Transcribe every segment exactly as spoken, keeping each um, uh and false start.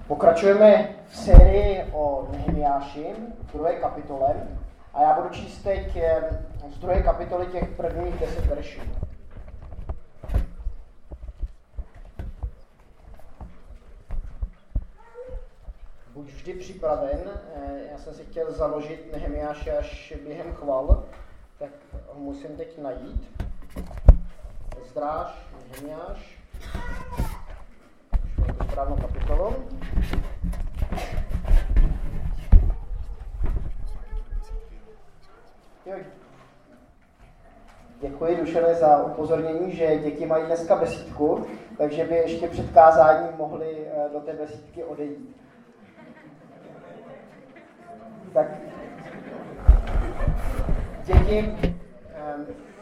Pokračujeme v sérii o Nehemiáši v druhé kapitole a já budu číst teď z druhé kapitoly těch prvních deset veršů. Buď vždy připraven, já jsem si chtěl založit Nehemiáše až během chval, tak ho musím teď najít. Zdráž, Nehemiáš, už mám to správnou kapitolu. Děkuji, Dušane, za upozornění, že děti mají dneska besídku, takže by ještě před kázáním mohli do té besídky odejít. Tak děti, um,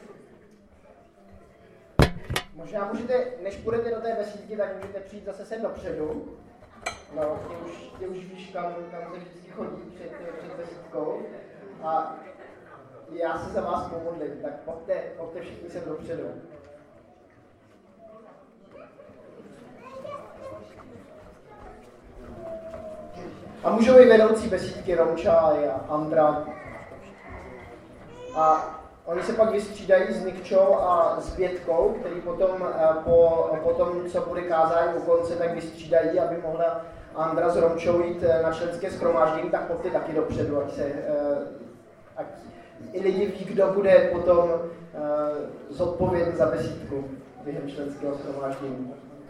možná můžete, než půjdete do té besídky, tak můžete přijít zase sem dopředu. No, ty už, ty už víš, kam, kam se vždycky chodí před, před besídkou. A já se za vás pomodlím, tak pojďte, pojďte všichni sem dopředu. A můžou i vedoucí besídky Romča a Andra. A oni se pak vystřídají s Nikčou a s Bětkou, který potom, po, potom, co bude kázání u konce, tak vystřídají, aby mohla Andra s Romčou jít na členské shromáždění, tak pojďte taky dopředu, ať se ať i lidi ví, kdo bude potom zodpovědný za besídku během členského shromáždění.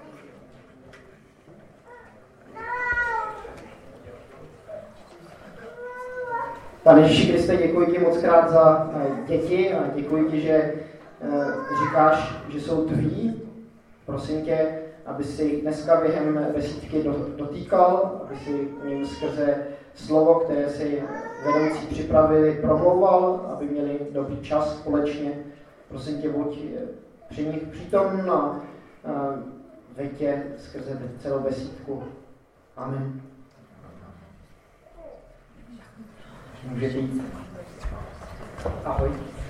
Pane Ježíši Kriste, děkuji ti moc krát za děti a děkuji ti, že říkáš, že jsou tví. Prosím tě, aby si dneska během besídky dotýkal, aby si ním skrze slovo, které si vedoucí připravili, promlouval, aby měli dobrý čas společně. Prosím tě, buď při nich přítomný a veď tě skrze celou besídku. Amen. Můžete jít. Ahoj.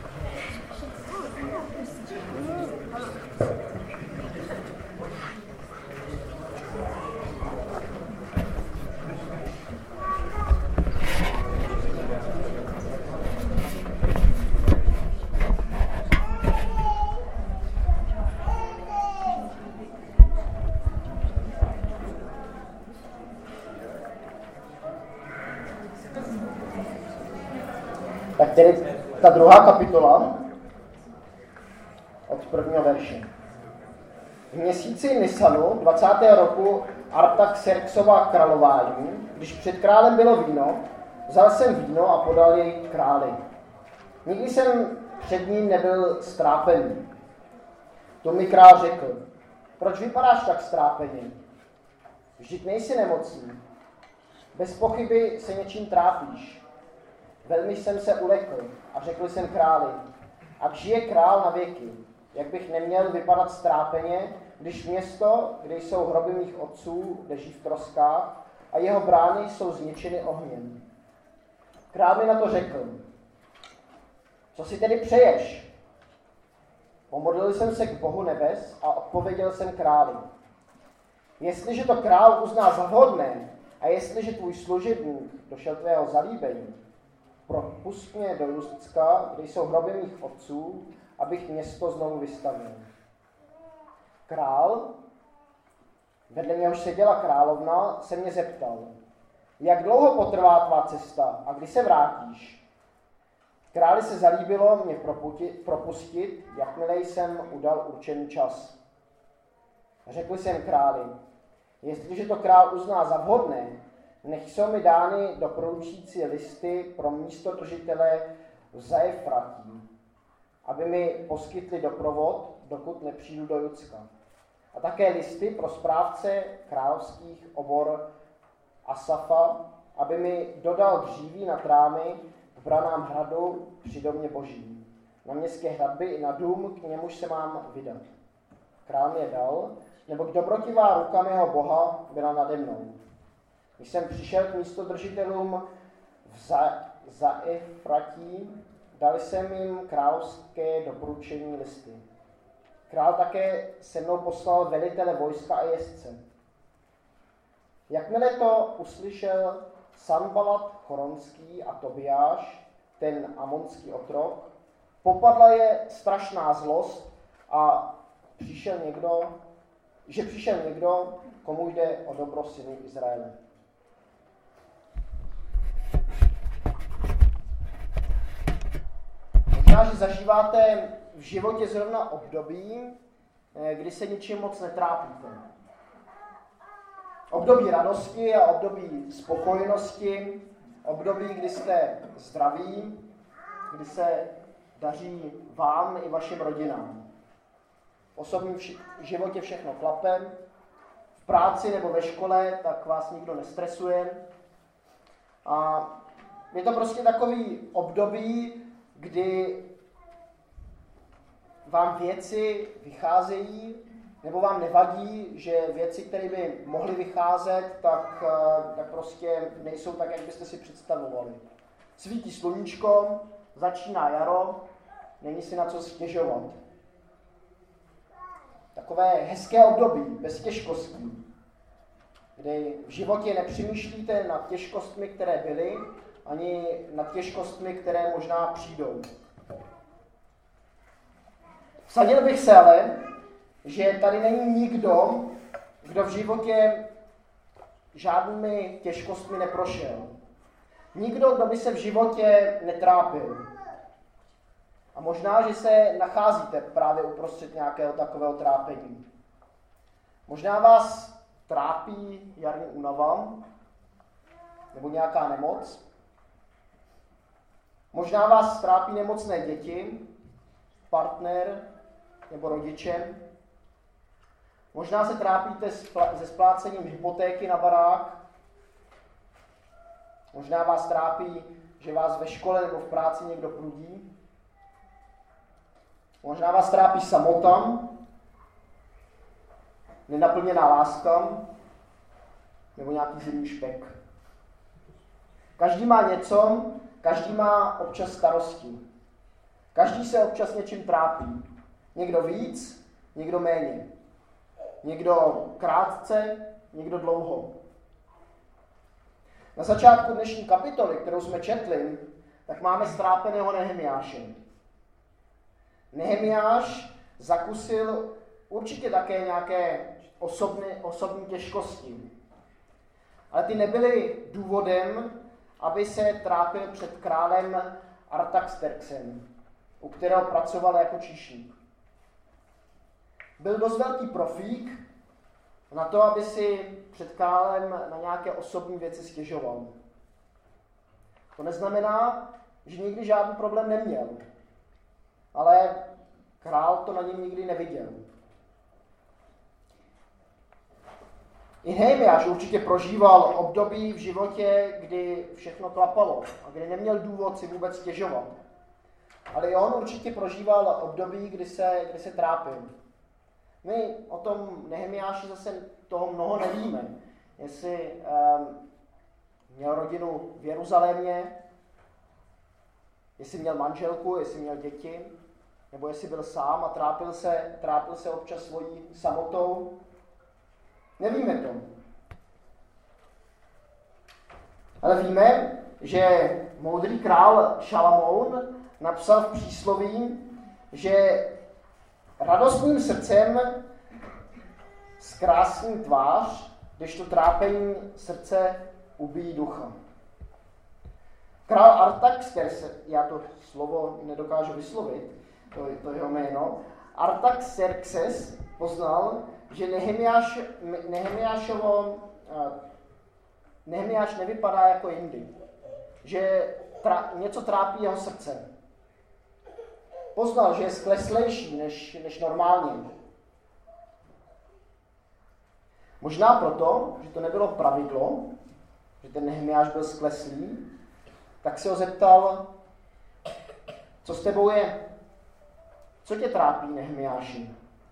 Tak tedy ta druhá kapitola od prvního verše. V měsíci Nisanu, dvacátého roku Artaxerxova králování, když před králem bylo víno, vzal jsem víno a podal jej králi. Nikdy jsem před ním nebyl strápený. To mi král řekl, proč vypadáš tak strápeně? Vždyť nejsi nemocný. Bez pochyby se něčím trápíš. Velmi jsem se ulekl a řekl jsem králi, ať žije král na věky, jak bych neměl vypadat strápeně, když město, kde jsou hroby mých otců, leží v troskách a jeho brány jsou zničeny ohněm. Král mi na to řekl, co si tedy přeješ? Pomodlil jsem se k Bohu nebes a odpověděl jsem králi. Jestliže to král uzná za vhodné a jestliže tvůj služebník došel tvého zalíbení, propust mě do Judska, kde jsou hroby mých otců, abych město znovu vystavil. Král, vedle něhož seděla královna, se mě zeptal, jak dlouho potrvá tvá cesta a kdy se vrátíš? Králi se zalíbilo mě propustit, jakmile jsem udal určený čas. Řekl jsem králi, jestliže to král uzná za vhodné, nech jsou mi dány doporučující listy pro místodržitele za Efratím, aby mi poskytli doprovod, dokud nepřijdu do Judska. A také listy pro správce královských obor Asafa, aby mi dodal dříví na trámy k branám hradu při domě boží, na městské hradby i na dům, k němuž se mám vydat. Král mě dal, neboť dobrotivá ruka mého Boha byla nade mnou. Když jsem přišel k místodržitelům v za, za Efratí, dal jsem jim královské doporučení listy. Král také se mnou poslal velitele vojska a jezdce. Jakmile to uslyšel Sanbalat Choronský a Tobiáš, ten amonský otrok, popadla je strašná zlost a přišel někdo, že přišel někdo, komu jde o dobro synů Izraele. Možná, že zažíváte v životě zrovna období, kdy se ničím moc netrápíte. Období radosti a období spokojenosti, období, kdy jste zdraví, kdy se daří vám i vašim rodinám. V osobním vši- životě všechno klape, v práci nebo ve škole, tak vás nikdo nestresuje. A je to prostě takový období, kdy vám věci vycházejí, nebo vám nevadí, že věci, které by mohly vycházet, tak, tak prostě nejsou tak, jak byste si představovali. Svítí sluníčko, začíná jaro, není si na co stěžovat. Takové hezké období, bez těžkostí, kdy v životě nepřemýšlíte nad těžkostmi, které byly, ani nad těžkostmi, které možná přijdou. Vsadil bych se ale, že tady není nikdo, kdo v životě žádnými těžkostmi neprošel. Nikdo, kdo by se v životě netrápil. A možná, že se nacházíte právě uprostřed nějakého takového trápení. Možná vás trápí jarní únava nebo nějaká nemoc. Možná vás trápí nemocné děti, partner nebo rodiče. Možná se trápíte se splácením hypotéky na barák. Možná vás trápí, že vás ve škole nebo v práci někdo prudí. Možná vás trápí samota, nenaplněná láska nebo nějaký zimní špek. Každý má něco, každý má občas starosti. Každý se občas něčím trápí. Někdo víc, někdo méně. Někdo krátce, někdo dlouho. Na začátku dnešní kapitoly, kterou jsme četli, tak máme strápeného Nehemiáše. Nehemiáš zakusil určitě také nějaké osobní, osobní těžkosti. Ale ty nebyly důvodem, aby se trápil před králem Artaxerxem, u kterého pracoval jako číšník. Byl dost velký profík na to, aby si před králem na nějaké osobní věci stěžoval. To neznamená, že nikdy žádný problém neměl, ale král to na něm nikdy neviděl. I Nehemiáš určitě prožíval období v životě, kdy všechno klapalo a kdy neměl důvod si vůbec stěžovat. Ale i on určitě prožíval období, kdy se, kdy se trápil. My o tom Nehemiáši zase toho mnoho nevíme. Jestli um, měl rodinu v Jeruzalémě, jestli měl manželku, jestli měl děti, nebo jestli byl sám a trápil se, trápil se občas svojí samotou. Nevíme to. Ale víme, že moudrý král Šalamoun napsal v přísloví, že radostným srdcem zkrásní tvář, když to trápení srdce ubíjí ducha. Král Artaxerxes, já to slovo nedokážu vyslovit, to, to jeho jméno, Artaxerxes poznal, že Nehemiáš, Nehemiášovo, Nehemiáš nevypadá jako jindy, že tra, něco trápí jeho srdce. Poznal, že je skleslejší než, než normálně. Možná proto, že to nebylo pravidlo, že ten Nehemiáš byl skleslý, tak se ho zeptal, co s tebou je? Co tě trápí, Nehemiáši?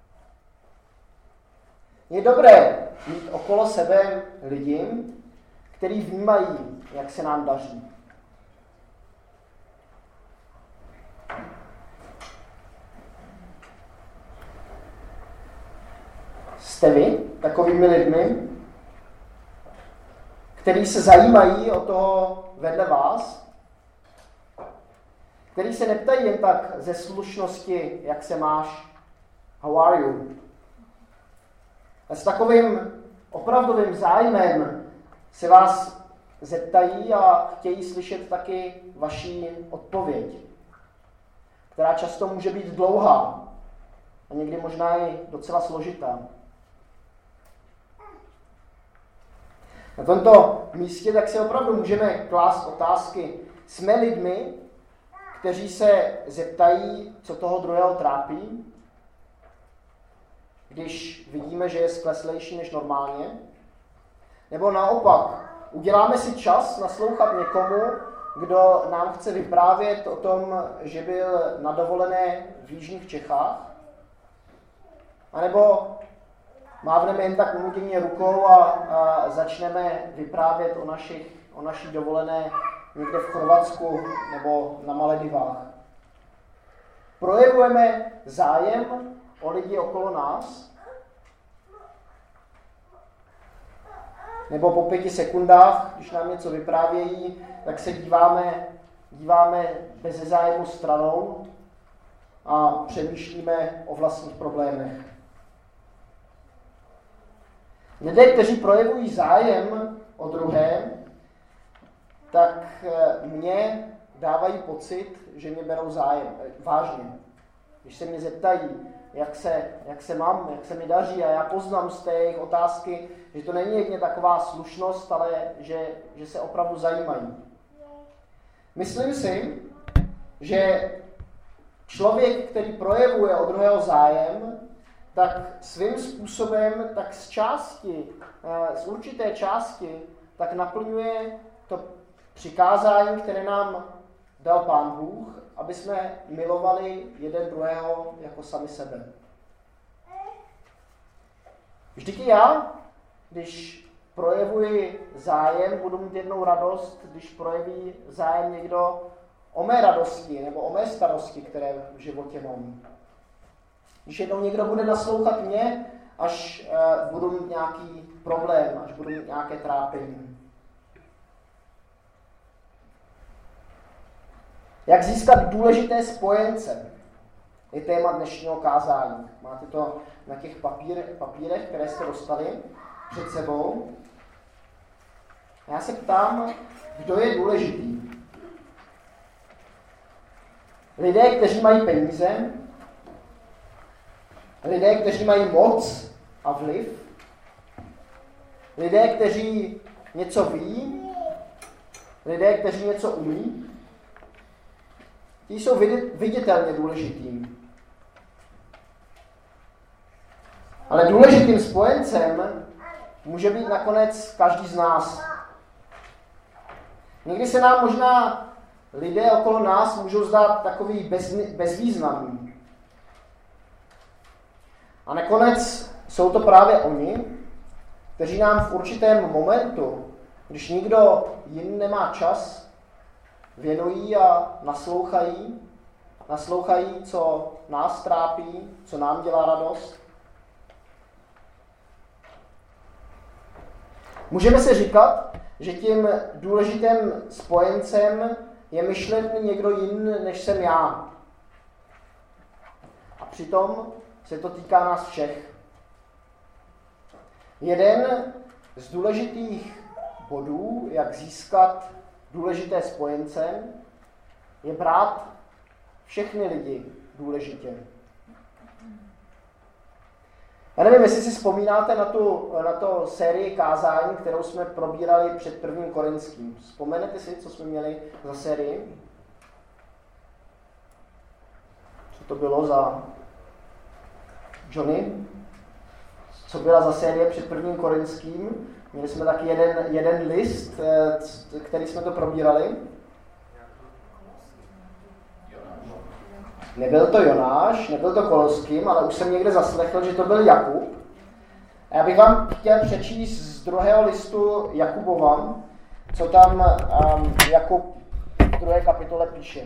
Je dobré mít okolo sebe lidi, kteří vnímají, jak se nám daří. Jste vy takovými lidmi? který se zajímají o toho vedle vás, který se neptají jen tak ze slušnosti, jak se máš, how are you. A s takovým opravdovým zájmem se vás zeptají a chtějí slyšet taky vaši odpověď, která často může být dlouhá a někdy možná i docela složitá. Na tomto místě tak si opravdu můžeme klást otázky. Jsme lidmi, kteří se zeptají, co toho druhého trápí, když vidíme, že je skleslejší než normálně? Nebo naopak, uděláme si čas naslouchat někomu, kdo nám chce vyprávět o tom, že byl na dovolené v jižních Čechách? A nebo mávneme jen tak unuděně rukou a, a začneme vyprávět o, našich, o naší dovolené někde v Chorvatsku nebo na Maledivách? Projevujeme zájem o lidi okolo nás? Nebo po pěti sekundách, když nám něco vyprávějí, tak se díváme, díváme bez zájmu stranou a přemýšlíme o vlastních problémech. Lidé, kteří projevují zájem o druhé, tak mě dávají pocit, že mě berou zájem, vážně. Když se mě zeptají, jak se, jak se mám, jak se mi daří a já poznám z té jejich otázky, že to není jen taková slušnost, ale že, že se opravdu zajímají. Myslím si, že člověk, který projevuje o druhého zájem, tak svým způsobem, tak z části, z určité části, tak naplňuje to přikázání, které nám dal Pán Bůh, aby jsme milovali jeden druhého jako sami sebe. Vždyť i já, když projevuji zájem, budu mít jednou radost, když projeví zájem někdo o mé radosti nebo o mé starosti, které v životě mám. Když jednou někdo bude naslouchat mě, až uh, budu mít nějaký problém, až budu mít nějaké trápení. Jak získat důležité spojence, je téma dnešního kázání. Máte to na těch papír, papírech, které jste dostali před sebou. Já se ptám, kdo je důležitý. Lidé, kteří mají peníze, lidé, kteří mají moc a vliv, lidé, kteří něco ví, lidé, kteří něco umí, ti jsou viditelně důležitým. Ale důležitým spojencem může být nakonec každý z nás. Někdy se nám možná lidé okolo nás můžou zdát takový bez, bezvýznamný. A nakonec jsou to právě oni, kteří nám v určitém momentu, když nikdo jiný nemá čas, věnují a naslouchají, naslouchají, co nás trápí, co nám dělá radost. Můžeme si říkat, že tím důležitým spojencem je myšlený někdo jiný, než jsem já. A přitom se to týká nás všech. Jeden z důležitých bodů, jak získat důležité spojence, je brát všechny lidi důležitě. Já nevím, jestli si vzpomínáte na tu, na to sérii kázání, kterou jsme probírali před prvním Korinským. Vzpomenete si, co jsme měli za sérii? Co to bylo za Johnny? Co byla za série před prvním Korinským? Měli jsme taky jeden, jeden list, který jsme to probírali. Nebyl to Jonáš, nebyl to Koloským, ale už jsem někde zaslechl, že to byl Jakub. A já bych vám chtěl přečíst z druhého listu Jakubova, co tam um, Jakub v druhé kapitole píše.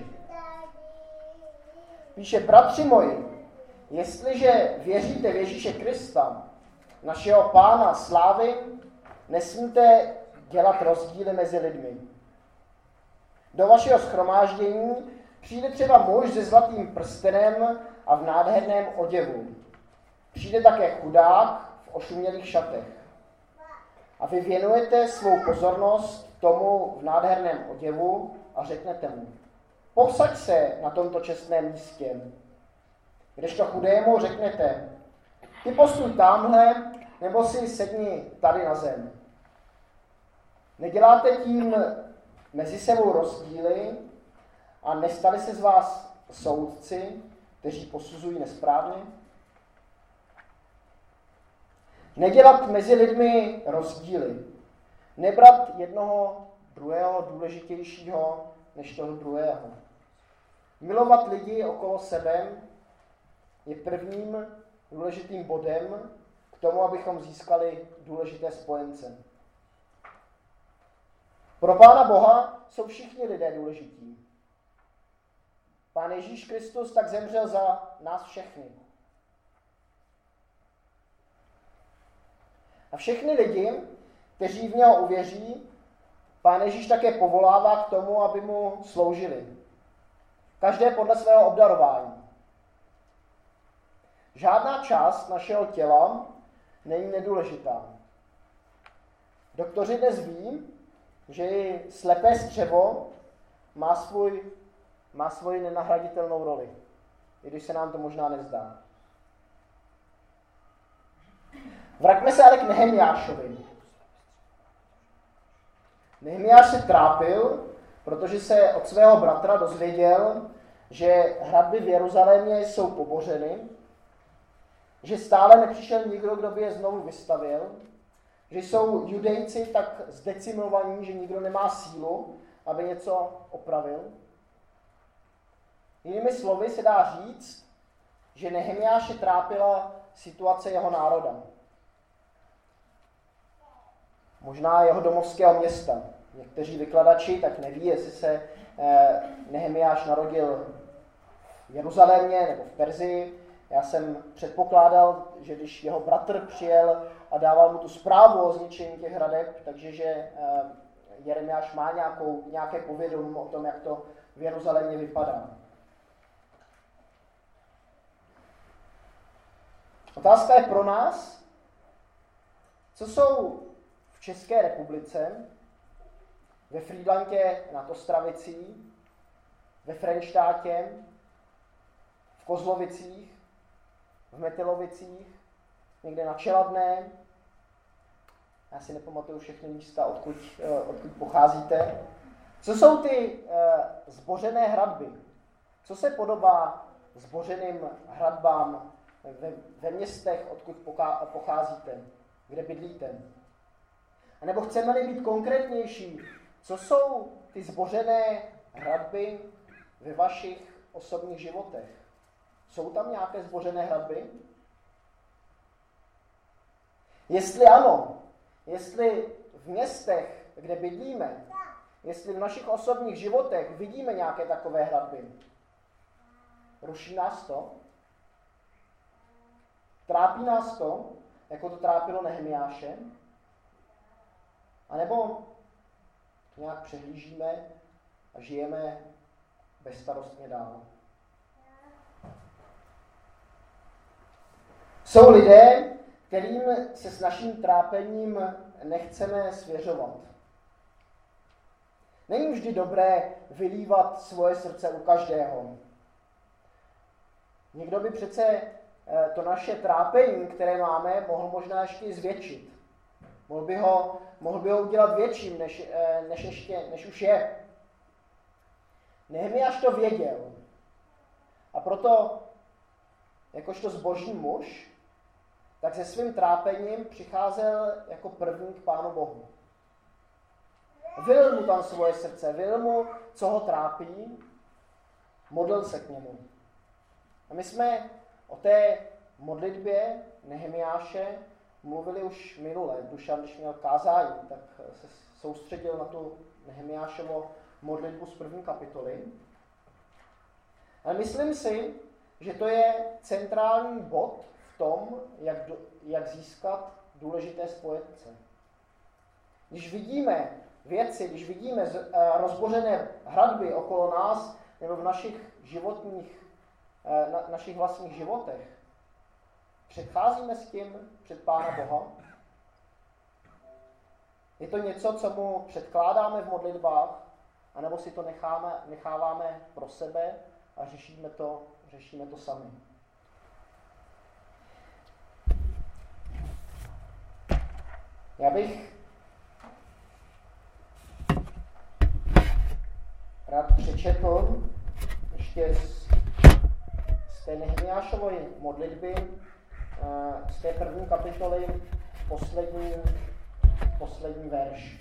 Píše: bratři moji, jestliže věříte v Ježíše Krista, našeho Pána slávy, nesmíte dělat rozdíly mezi lidmi. Do vašeho shromáždění přijde třeba muž se zlatým prstenem a v nádherném oděvu. Přijde také chudák v ošumělých šatech. A vy věnujete svou pozornost tomu v nádherném oděvu a řeknete mu: posaď se na tomto čestném místě. Kdežto chudému řeknete: ty postůj tamhle, nebo si sedni tady na zem. Neděláte tím mezi sebou rozdíly a nestali se z vás soudci, kteří posuzují nesprávně? Nedělat mezi lidmi rozdíly. Nebrat jednoho druhého důležitějšího než toho druhého. Milovat lidi okolo sebe je prvním důležitým bodem k tomu, abychom získali důležité spojence. Pro Pána Boha jsou všichni lidé důležití. Pán Ježíš Kristus tak zemřel za nás všechny. A všechny lidi, kteří v něho uvěří, Pán Ježíš také povolává k tomu, aby mu sloužili. Každé podle svého obdarování. Žádná část našeho těla není nedůležitá. Doktoři dnes ví, že i slepé střevo má, svůj, má svoji nenahraditelnou roli, i když se nám to možná nezdá. Vraťme se ale k Nehemiášovi. Nehemiáš se trápil, protože se od svého bratra dozvěděl, že hradby v Jeruzalémě jsou pobořeny, že stále nepřišel nikdo, kdo by je znovu vystavěl, že jsou Judejci tak zdecimovaní, že nikdo nemá sílu, aby něco opravil. Jinými slovy se dá říct, že Nehemiáše trápila situace jeho národa. Možná jeho domovského města. Někteří vykladači tak neví, jestli se eh, Nehemiáš narodil v Jeruzalémě nebo v Perzii. Já jsem předpokládal, že když jeho bratr přijel a dával mu tu zprávu o zničení těch hradeb, takže že eh, Jeremiáš má nějakou, nějaké povědomí o tom, jak to v Jeruzalémě vypadá. Otázka je pro nás, co jsou v České republice, ve Frýdlantě nad Ostravicí, ve Frenštátě, v Kozlovicích, v Metelovicích, někde na Čeladné. Já si nepamatuju všechny místa, odkud, odkud pocházíte. Co jsou ty zbořené hradby? Co se podobá zbořeným hradbám ve, ve městech, odkud pocházíte, kde bydlíte? A nebo chceme-li být konkrétnější, co jsou ty zbořené hradby ve vašich osobních životech? Jsou tam nějaké zbořené hradby? Jestli ano, jestli v městech, kde bydlíme, jestli v našich osobních životech vidíme nějaké takové hradby, ruší nás to? Trápí nás to, jako to trápilo Nehemiáše? A nebo nějak přehlížíme a žijeme bezstarostně dál? Jsou lidé, kterým se s naším trápením nechceme svěřovat. Není vždy dobré vylívat svoje srdce u každého. Někdo by přece to naše trápení, které máme, mohl možná ještě i zvětšit. Mohl by ho, mohl by ho udělat větším, než, než, ještě, než už je. Nehemiáš to věděl. A proto, jakožto zbožný muž, tak se svým trápením přicházel jako první k Pánu Bohu. Vylil mu tam svoje srdce, vylil mu, co ho trápí, modlil se k němu. A my jsme o té modlitbě Nehemiáše mluvili už minule. Dušan, když měl kázání, tak se soustředil na tu Nehemiášovu modlitbu z první kapitoly. Ale myslím si, že to je centrální bod v tom, jak, do, jak získat důležité spojence. Když vidíme věci, když vidíme rozbořené hradby okolo nás nebo v našich životních, na, našich vlastních životech, přecházíme s tím před Pána Boha? Je to něco, co mu předkládáme v modlitbách, anebo si to necháme, necháváme pro sebe a řešíme to, řešíme to sami? Já bych rád přečetl ještě z, z té Nehemiášovy modlitby, z té první kapitoly, poslední, poslední verš.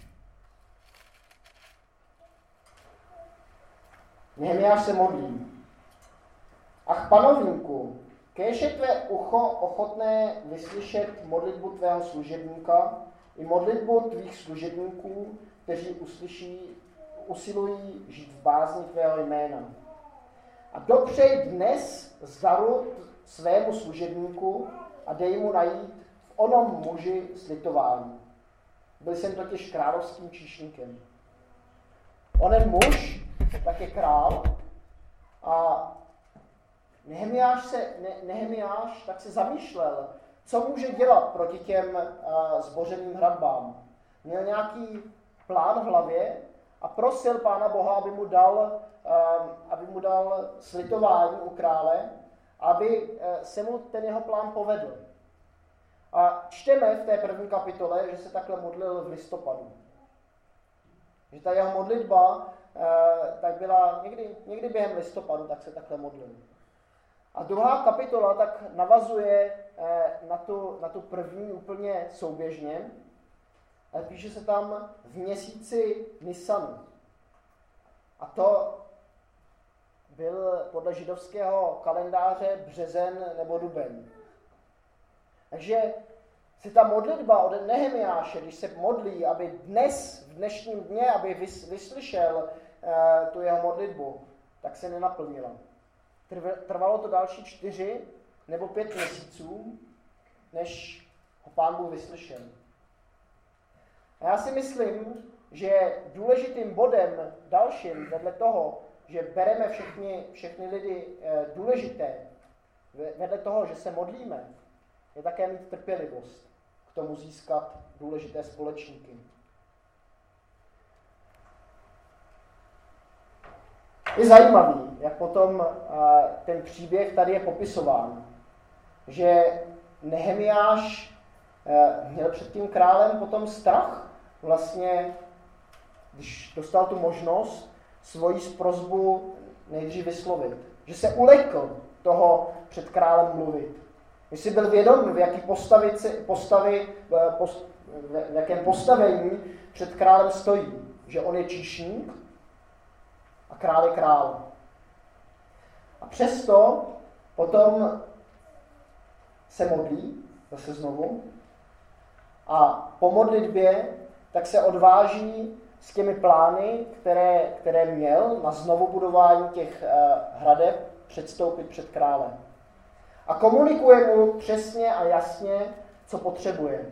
Nehemiáš se modlí. Ach, panovníku, kéž je tvé ucho ochotné vyslyšet modlitbu tvého služebníka i modlitbu tvých služebníků, kteří uslyší, usilují žít v bázni tvého jména. A dopřej dnes zdaru svému služebníku a dej mu najít v onom muži slitování. Byl jsem totiž královským číšníkem. Onen muž, tak je král, a Nehemiáš, se, ne, Nehemiáš tak se zamýšlel, co může dělat proti těm uh, zbořeným hradbám. Měl nějaký plán v hlavě a prosil Pána Boha, aby mu dal, uh, aby mu dal slitování u krále, aby uh, se mu ten jeho plán povedl. A čteme v té první kapitole, že se takhle modlil v listopadu. Že ta jeho modlitba uh, tak byla někdy, někdy během listopadu, tak se takhle modlil. A druhá kapitola tak navazuje na tu, na tu první úplně souběžně, ale píše se tam v měsíci Nisanu. A to byl podle židovského kalendáře březen nebo duben. Takže se ta modlitba od Nehemiáše, když se modlí, aby dnes, v dnešním dně, aby vyslyšel tu jeho modlitbu, tak se nenaplnila. Trvalo to další čtyři nebo pět měsíců, než ho Pán Bůh vyslyšel. A já si myslím, že důležitým bodem dalším, vedle toho, že bereme všechny, všechny lidi důležité, vedle toho, že se modlíme, je také mít trpělivost k tomu získat důležité společníky. Je zajímavý, jak potom ten příběh tady je popisován, že Nehemiáš měl před tím králem potom strach, vlastně, když dostal tu možnost svoji prosbu nejdřív vyslovit, že se ulekl toho před králem mluvit. Když si byl vědom, v jaký postavy, postavy, post, v jakém postavení před králem stojí, že on je číšník a král je král. A přesto potom se modlí, zase znovu, a po modlitbě tak se odváží s těmi plány, které, které měl na znovu budování těch uh, hradeb, předstoupit před králem. A komunikuje mu přesně a jasně, co potřebuje.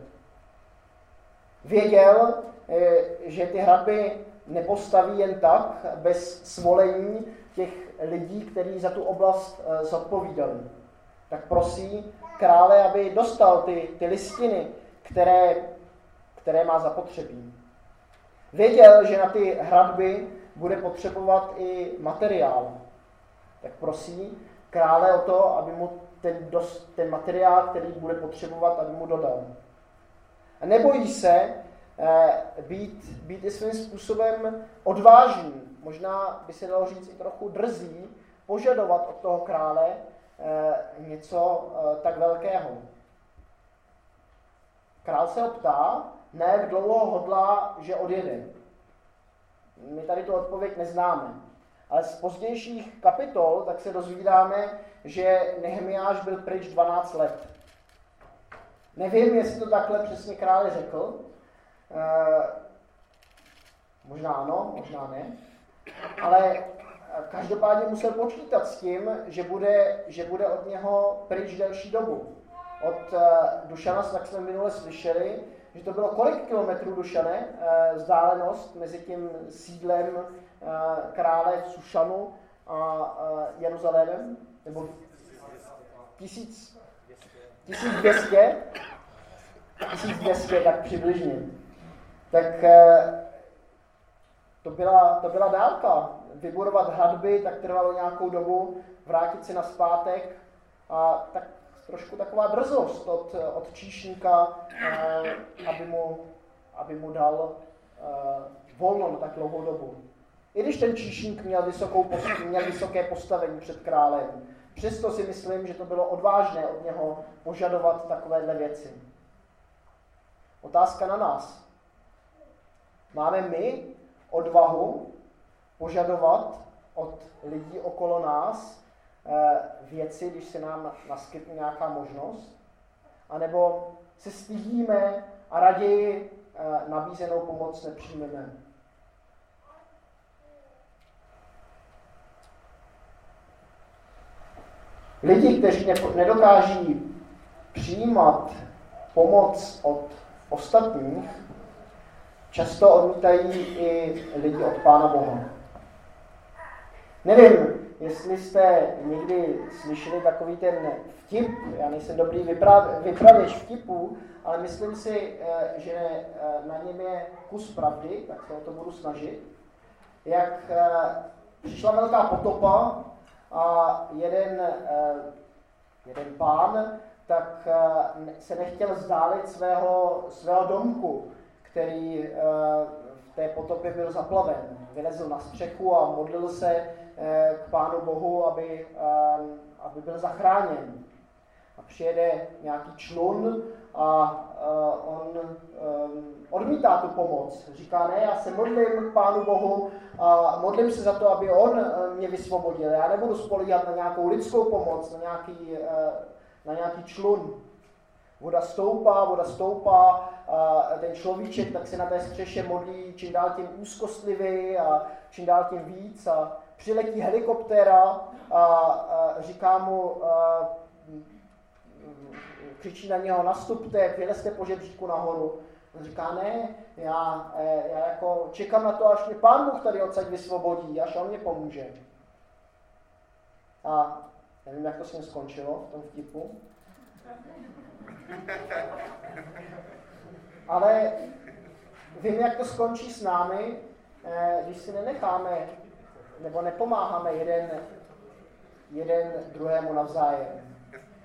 Věděl, že ty hradby nepostaví jen tak, bez svolení těch lidí, kteří za tu oblast zodpovídali. Tak prosí krále, aby dostal ty, ty listiny, které, které má zapotřebí. Věděl, že na ty hradby bude potřebovat i materiál. Tak prosí krále o to, aby mu ten, dost, ten materiál, který bude potřebovat, aby mu dodal. A nebojí se eh, být, být i svým způsobem odvážný, možná by se dalo říct i trochu drzý, požadovat od toho krále eh, něco eh, tak velkého. Král se ho ptá, ne jak dlouho hodlá, že odjede. My tady tu odpověď neznáme. Ale z pozdějších kapitol tak se dozvídáme, že Nehemiáš byl pryč dvanáct let. Nevím, jestli to takhle přesně králi řekl. E, možná ano, možná ne. Ale každopádně musel počítat s tím, že bude, že bude od něho pryč delší dobu. Od uh, Dušana, tak jsme minule slyšeli, že to bylo kolik kilometrů, Dušane, vzdálenost mezi tím sídlem krále v Sušanu a Jeruzalémem? Nebo tisíc, tisíc dvě stě? tisíc dvě stě, tak přibližně. Tak to byla, to byla dálka. Vybudovat hradby, tak trvalo nějakou dobu, vrátit se nazpátek a tak trošku taková drzost od, od číšníka, eh, aby, mu, aby mu dal eh, volno na tak dlouhou dobu. I když ten číšník měl, vysokou, měl vysoké postavení před králem, přesto si myslím, že to bylo odvážné od něho požadovat takovéhle věci. Otázka na nás. Máme my odvahu požadovat od lidí okolo nás eh, věci, když se nám naskytne nějaká možnost? A nebo se stydíme a raději eh, nabízenou pomoc nepřijmeme? Lidi, kteří nedokáží přijímat pomoc od ostatních, často odmítají i lidi od Pána Boha. Nevím, jestli jste někdy slyšeli takový ten vtip, já nejsem dobrý vyprav, vypravěč vtipů, ale myslím si, že na něm je kus pravdy, tak se o to budu snažit. Jak přišla velká potopa a jeden, jeden pán tak se nechtěl vzdálit svého, svého domku, který v té potopě byl zaplaven. Vylezl na střechu a modlil se k Pánu Bohu, aby, aby byl zachráněn. A přijede nějaký člun a on odmítá tu pomoc. Říká, ne, já se modlím k Pánu Bohu a modlím se za to, aby on mě vysvobodil. Já nebudu spolíhat na nějakou lidskou pomoc, na nějaký, na nějaký člun. Voda stoupá, voda stoupá a ten človíček tak se na té střeše modlí čím dál tím úzkostlivý a čím dál tím víc a přiletí helikoptéra a, a říká mu, a, křičí na něho, nastupte, vylezte po žebříku nahoru. On říká, ne, já, já jako čekám na to, až mě Pán Bůh tady odsaď vysvobodí, až on mě pomůže. A nevím, jak to s ním skončilo v tom vtipu. Ale vím, jak to skončí s námi, když si nenecháme nebo nepomáháme jeden, jeden druhému navzájem.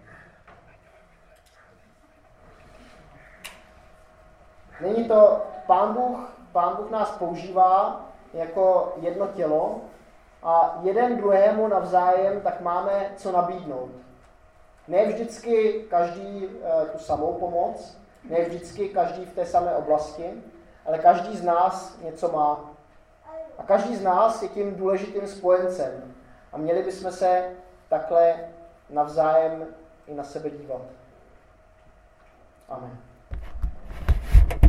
Není to, Pán Bůh, Pán Bůh nás používá jako jedno tělo a jeden druhému navzájem tak máme co nabídnout. Ne vždycky každý e, tu samou pomoc, ne vždycky každý v té samé oblasti, ale každý z nás něco má. A každý z nás je tím důležitým spojencem. A měli bychom se takhle navzájem i na sebe dívat. Amen.